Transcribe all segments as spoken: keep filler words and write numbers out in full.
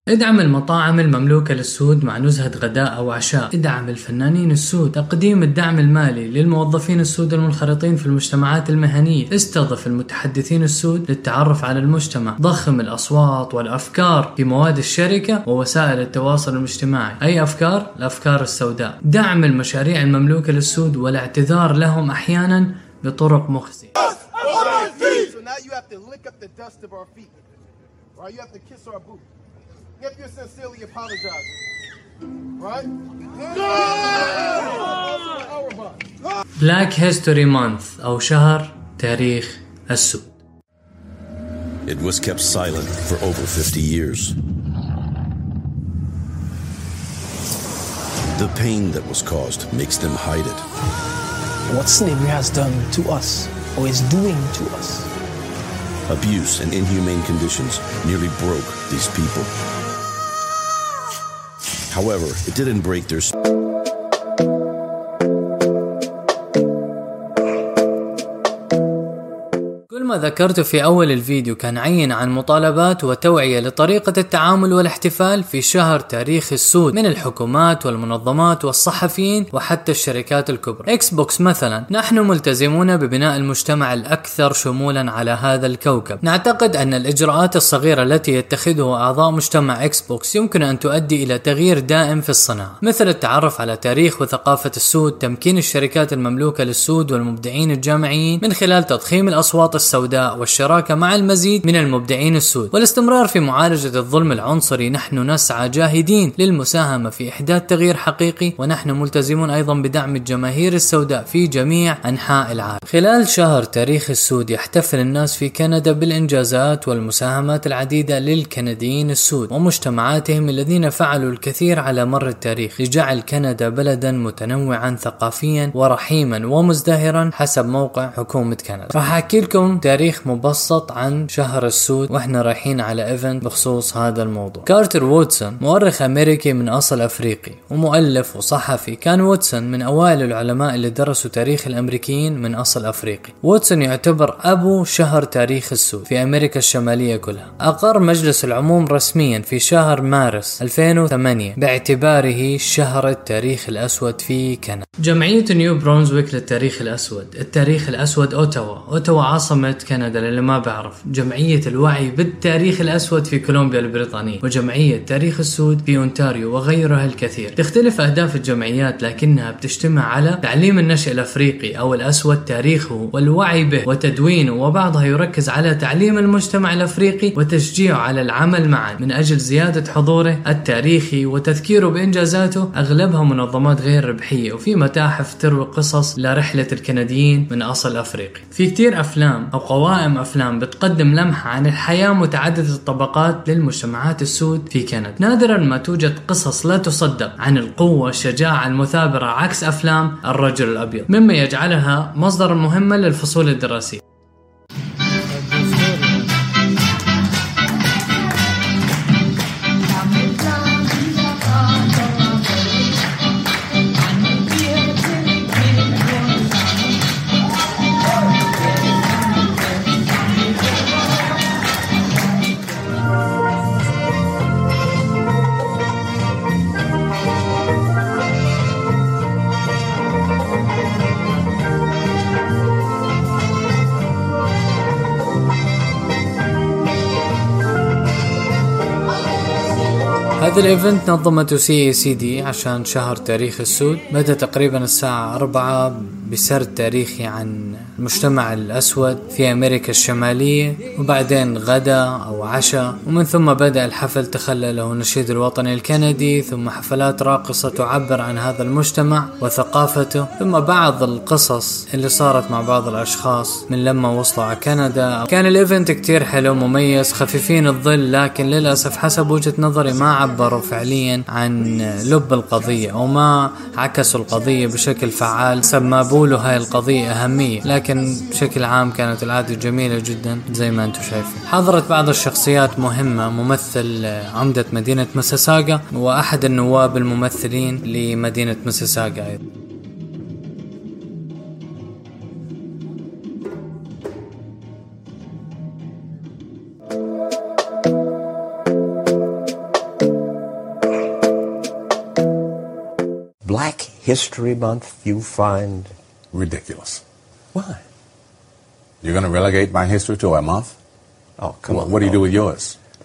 ادعم المطاعم المملوكة للسود مع نزهة غداء أو عشاء. ادعم الفنانين السود. تقديم الدعم المالي للموظفين السود المنخرطين في المجتمعات المهنية. استضف المتحدثين السود للتعرف على المجتمع. ضخم الأصوات والأفكار في مواد الشركة ووسائل التواصل الاجتماعي. أي أفكار؟ الأفكار السوداء. دعم المشاريع المملوكة للسود والاعتذار لهم أحيانا بطرق مخزية. If you're sincerely apologizing, right? Black History Month أو شهر تاريخ السود. It was kept silent for over fifty years. The pain that was caused makes them hide it. What slavery has done to us, or is doing to us. Abuse and inhumane conditions nearly broke these people. However, it didn't break their ما ذكرته في أول الفيديو كان عين عن مطالبات وتوعية لطريقة التعامل والاحتفال في شهر تاريخ السود من الحكومات والمنظمات والصحفيين وحتى الشركات الكبرى. إكس بوكس مثلا، نحن ملتزمون ببناء المجتمع الأكثر شمولا على هذا الكوكب. نعتقد أن الإجراءات الصغيرة التي يتخذه أعضاء مجتمع إكس بوكس يمكن أن تؤدي إلى تغيير دائم في الصناعة، مثل التعرف على تاريخ وثقافة السود، تمكين الشركات المملوكة للسود والمبدعين الجامعيين من خلال تضخيم الأصوات السوداء والشراكة مع المزيد من المبدعين السود، والاستمرار في معالجة الظلم العنصري. نحن نسعى جاهدين للمساهمة في إحداث تغيير حقيقي، ونحن ملتزمون أيضا بدعم الجماهير السوداء في جميع أنحاء العالم. خلال شهر تاريخ السود يحتفل الناس في كندا بالإنجازات والمساهمات العديدة للكنديين السود ومجتمعاتهم الذين فعلوا الكثير على مر التاريخ لجعل كندا بلدا متنوعا ثقافيا ورحيما ومزدهرا حسب موقع حكومة كندا. راح أحكي لكم تاريخ مبسط عن شهر السود واحنا رايحين على ايفنت بخصوص هذا الموضوع. كارتر وودسون مؤرخ امريكي من اصل افريقي ومؤلف وصحفي. كان وودسون من اوائل العلماء اللي درسوا تاريخ الامريكيين من اصل افريقي. وودسون يعتبر ابو شهر تاريخ السود في امريكا الشمالية كلها. اقر مجلس العموم رسميا في شهر مارس ألفين وثمانية باعتباره شهر التاريخ الاسود في كندا. جمعية نيو برونزويك للتاريخ الاسود. التاريخ الاسود اوتاوا. اوتاوا عاصمة كندا للي ما بعرف. جمعية الوعي بالتاريخ الأسود في كولومبيا البريطانية، وجمعية تاريخ السود في أونتاريو وغيرها الكثير. تختلف أهداف الجمعيات لكنها بتجتمع على تعليم النشء الأفريقي أو الأسود تاريخه والوعي به وتدوينه، وبعضها يركز على تعليم المجتمع الأفريقي وتشجيعه على العمل معا من أجل زيادة حضوره التاريخي وتذكيره بإنجازاته. أغلبها منظمات غير ربحية، وفي متاحف تروي قصص لرحلة الكنديين من أصل أفريقي. في كتير أفلام أو قوائم أفلام بتقدم لمحة عن الحياة متعددة الطبقات للمجتمعات السود في كندا. نادرا ما توجد قصص لا تصدق عن القوة والشجاعة المثابرة عكس أفلام الرجل الأبيض، مما يجعلها مصدرا مهما للفصول الدراسية. هذا الايفنت نظمته سي اي سي دي عشان شهر تاريخ السود. بدأ تقريبا الساعة أربعة بسرد تاريخي عن المجتمع الأسود في أمريكا الشمالية، وبعدين غدا أو عشاء، ومن ثم بدأ الحفل تخلله النشيد الوطني الكندي، ثم حفلات راقصة تعبر عن هذا المجتمع وثقافته، ثم بعض القصص اللي صارت مع بعض الأشخاص من لما وصلوا على كندا. كان الايفنت كتير حلو مميز، خفيفين الظل، لكن للأسف حسب وجهة نظري ما عبروا فعليا عن لب القضية أو ما عكسوا القضية بشكل فعال. سببوا له هاي القضية أهمية، لكن بشكل عام كانت العادة جميلة جدا زي ما انتم شايفين. حضرت بعض الشخصيات مهمة، ممثل عمدة مدينة مسيساغا وأحد النواب الممثلين لمدينة مسيساغا أيضا. History Month you find ridiculous. Why? You're going to relegate my history to a month? Oh, come What, on. what do you do with yours?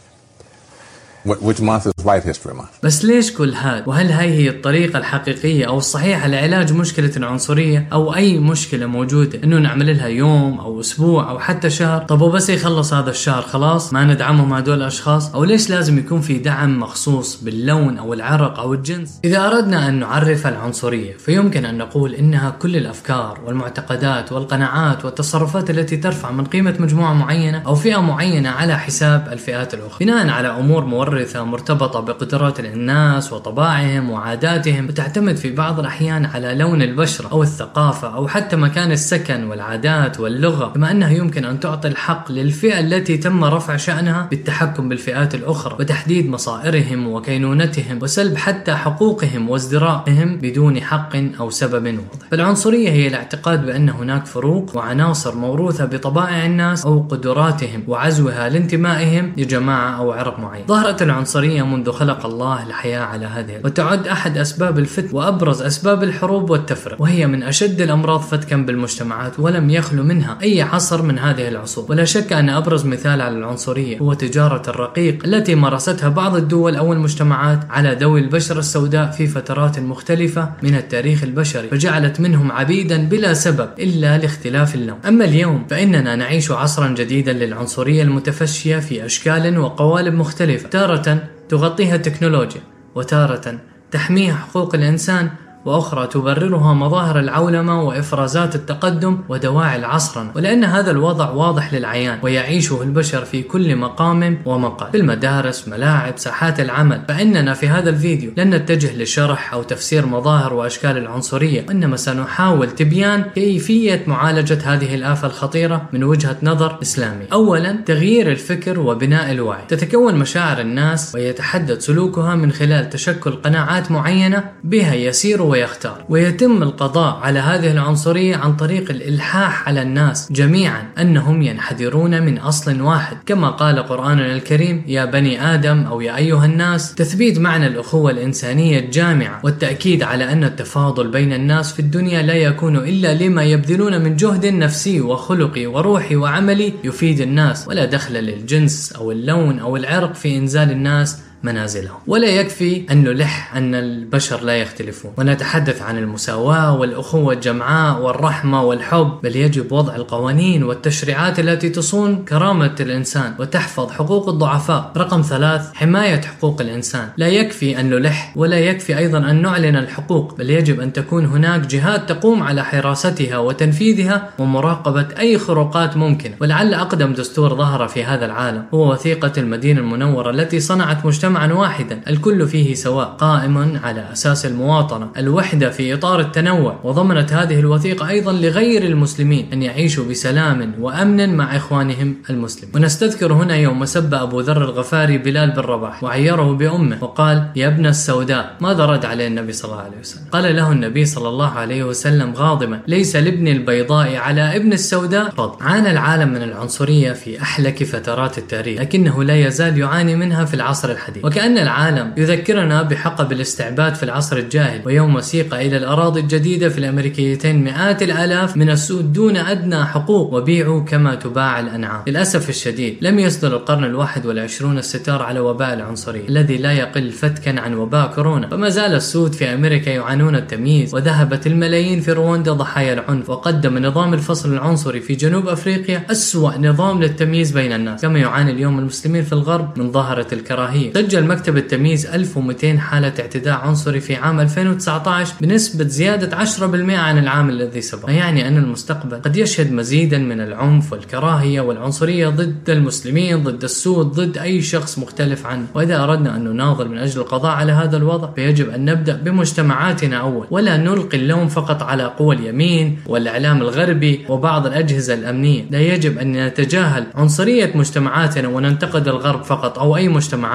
What, which month is White History Month? بس ليش كل هذا؟ وهل هاي هي الطريقة الحقيقية أو الصحيحة لعلاج مشكلة العنصرية أو أي مشكلة موجودة إنه نعمل لها يوم أو أسبوع أو حتى شهر؟ طب وبس يخلص هذا الشهر خلاص ما ندعمهم هدول الأشخاص؟ أو ليش لازم يكون في دعم مخصوص باللون أو العرق أو الجنس؟ إذا أردنا أن نعرف العنصرية فيمكن أن نقول إنها كل الأفكار والمعتقدات والقناعات والتصرفات التي ترفع من قيمة مجموعة معينة أو فئة معينة على حساب الفئات الأخرى بناء على أمور مورثة مرتبطة بقدرات الناس وطباعهم وعاداتهم، وتعتمد في بعض الأحيان على لون البشرة أو الثقافة أو حتى مكان السكن والعادات واللغة، كما أنها يمكن أن تعطي الحق للفئة التي تم رفع شأنها بالتحكم بالفئات الأخرى وتحديد مصائرهم وكينونتهم وسلب حتى حقوقهم وازدراءهم بدون حق أو سبب واضح. فالعنصرية هي الاعتقاد بأن هناك فروق وعناصر موروثة بطبائع الناس أو قدراتهم وعزوها لانتمائهم لجماعة أو عرق معين. ظهرت العنصرية منذ خلق الله الحياة على هذه، وتعد أحد أسباب الفتن وأبرز أسباب الحروب والتفرق، وهي من أشد الأمراض فتكا بالمجتمعات ولم يخلو منها أي عصر من هذه العصور. ولا شك أن أبرز مثال على العنصرية هو تجارة الرقيق التي مارستها بعض الدول أو المجتمعات على ذوي البشرة السوداء في فترات مختلفة من التاريخ البشري، فجعلت منهم عبيدا بلا سبب إلا لاختلاف اللون. أما اليوم فإننا نعيش عصرا جديدا للعنصرية المتفشية في أشكال وقوالب مختلفة، تارة تغطيها التكنولوجيا وتارة تحميها حقوق الإنسان وأخرى تبررها مظاهر العولمة وإفرازات التقدم ودواعي العصر. ولأن هذا الوضع واضح للعيان ويعيشه البشر في كل مقام ومقال، في المدارس، ملاعب، ساحات العمل، فإننا في هذا الفيديو لن نتجه لشرح أو تفسير مظاهر وأشكال العنصرية، وإنما سنحاول تبيان كيفية معالجة هذه الآفة الخطيرة من وجهة نظر إسلامي. أولا، تغيير الفكر وبناء الوعي. تتكون مشاعر الناس ويتحدد سلوكها من خلال تشكل قناعات معينة بها يسير ويختار، ويتم القضاء على هذه العنصرية عن طريق الإلحاح على الناس جميعا أنهم ينحدرون من أصل واحد، كما قال قرآننا الكريم: يا بني آدم أو يا أيها الناس، تثبيت معنى الأخوة الإنسانية الجامعة والتأكيد على أن التفاضل بين الناس في الدنيا لا يكون إلا لما يبذلون من جهد نفسي وخلقي وروحي وعملي يفيد الناس، ولا دخل للجنس أو اللون أو العرق في إنزال الناس منازلهم. ولا يكفي أن نلح أن البشر لا يختلفون ونتحدث عن المساواة والأخوة الجمعاء والرحمة والحب، بل يجب وضع القوانين والتشريعات التي تصون كرامة الإنسان وتحفظ حقوق الضعفاء. رقم ثلاث، حماية حقوق الإنسان. لا يكفي أن نلح ولا يكفي أيضا أن نعلن الحقوق، بل يجب أن تكون هناك جهات تقوم على حراستها وتنفيذها ومراقبة أي خروقات ممكنة. ولعل أقدم دستور ظهر في هذا العالم هو وثيقة المدينة المنورة التي صنعت مجتمع مجتمعا واحدا الكل فيه سواء، قائم على أساس المواطنة، الوحدة في إطار التنوع. وضمنت هذه الوثيقة أيضا لغير المسلمين أن يعيشوا بسلام وأمن مع إخوانهم المسلمين. ونستذكر هنا يوم سب أبو ذر الغفاري بلال بن رباح وعيره بأمه وقال: يا ابن السوداء. ماذا رد عليه النبي صلى الله عليه وسلم؟ قال له النبي صلى الله عليه وسلم غاضبا: ليس لابن البيضاء على ابن السوداء رد. عانى العالم من العنصرية في أحلك فترات التاريخ، لكنه لا يزال يعاني منها في العصر الحديث. وكأن العالم يذكرنا بحقب الاستعباد في العصر الجاهل، ويوم سيق إلى الأراضي الجديدة في الأمريكيتين مئات الآلاف من السود دون أدنى حقوق، وبيعوا كما تباع الأنعام. للأسف الشديد لم يصدر القرن الواحد والعشرون الستار على وباء العنصرية الذي لا يقل فتكا عن وباء كورونا، فما زال السود في أمريكا يعانون التمييز، وذهبت الملايين في رواندا ضحايا العنف، وقدم نظام الفصل العنصري في جنوب أفريقيا أسوأ نظام للتمييز بين الناس، كما يعاني اليوم المسلمين في الغرب من ظاهرة الكراهية. سجل مكتب التمييز ألف ومئتين حالة اعتداء عنصري في عام ألفين وتسعة عشر بنسبة زيادة عشرة بالمئة عن العام الذي سبق، يعني أن المستقبل قد يشهد مزيدا من العنف والكراهية والعنصرية ضد المسلمين، ضد السود، ضد أي شخص مختلف عنه. وإذا أردنا أن نناضل من أجل القضاء على هذا الوضع فيجب أن نبدأ بمجتمعاتنا أول، ولا نلقي اللوم فقط على قوى اليمين والإعلام الغربي وبعض الأجهزة الأمنية. لا يجب أن نتجاهل عنصرية مجتمعاتنا وننتقد الغرب فقط أو أي مجتمعات أخرى.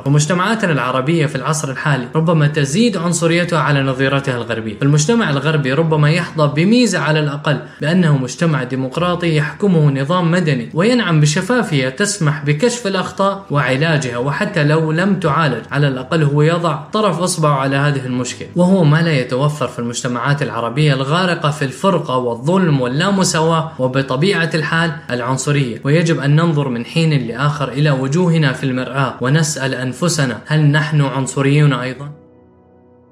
ومجتمعاتنا العربية في العصر الحالي ربما تزيد عنصريتها على نظيرتها الغربية. المجتمع الغربي ربما يحظى بميزة على الأقل بأنه مجتمع ديمقراطي يحكمه نظام مدني وينعم بشفافية تسمح بكشف الأخطاء وعلاجها، وحتى لو لم تعالج على الأقل هو يضع طرف إصبعه على هذه المشكلة، وهو ما لا يتوفر في المجتمعات العربية الغارقة في الفرقة والظلم واللامساواة وبطبيعة الحال العنصرية. ويجب أن ننظر من حين لآخر إلى وجوهنا في المرآة ونسأل أنفسنا: هل نحن عنصريون أيضا؟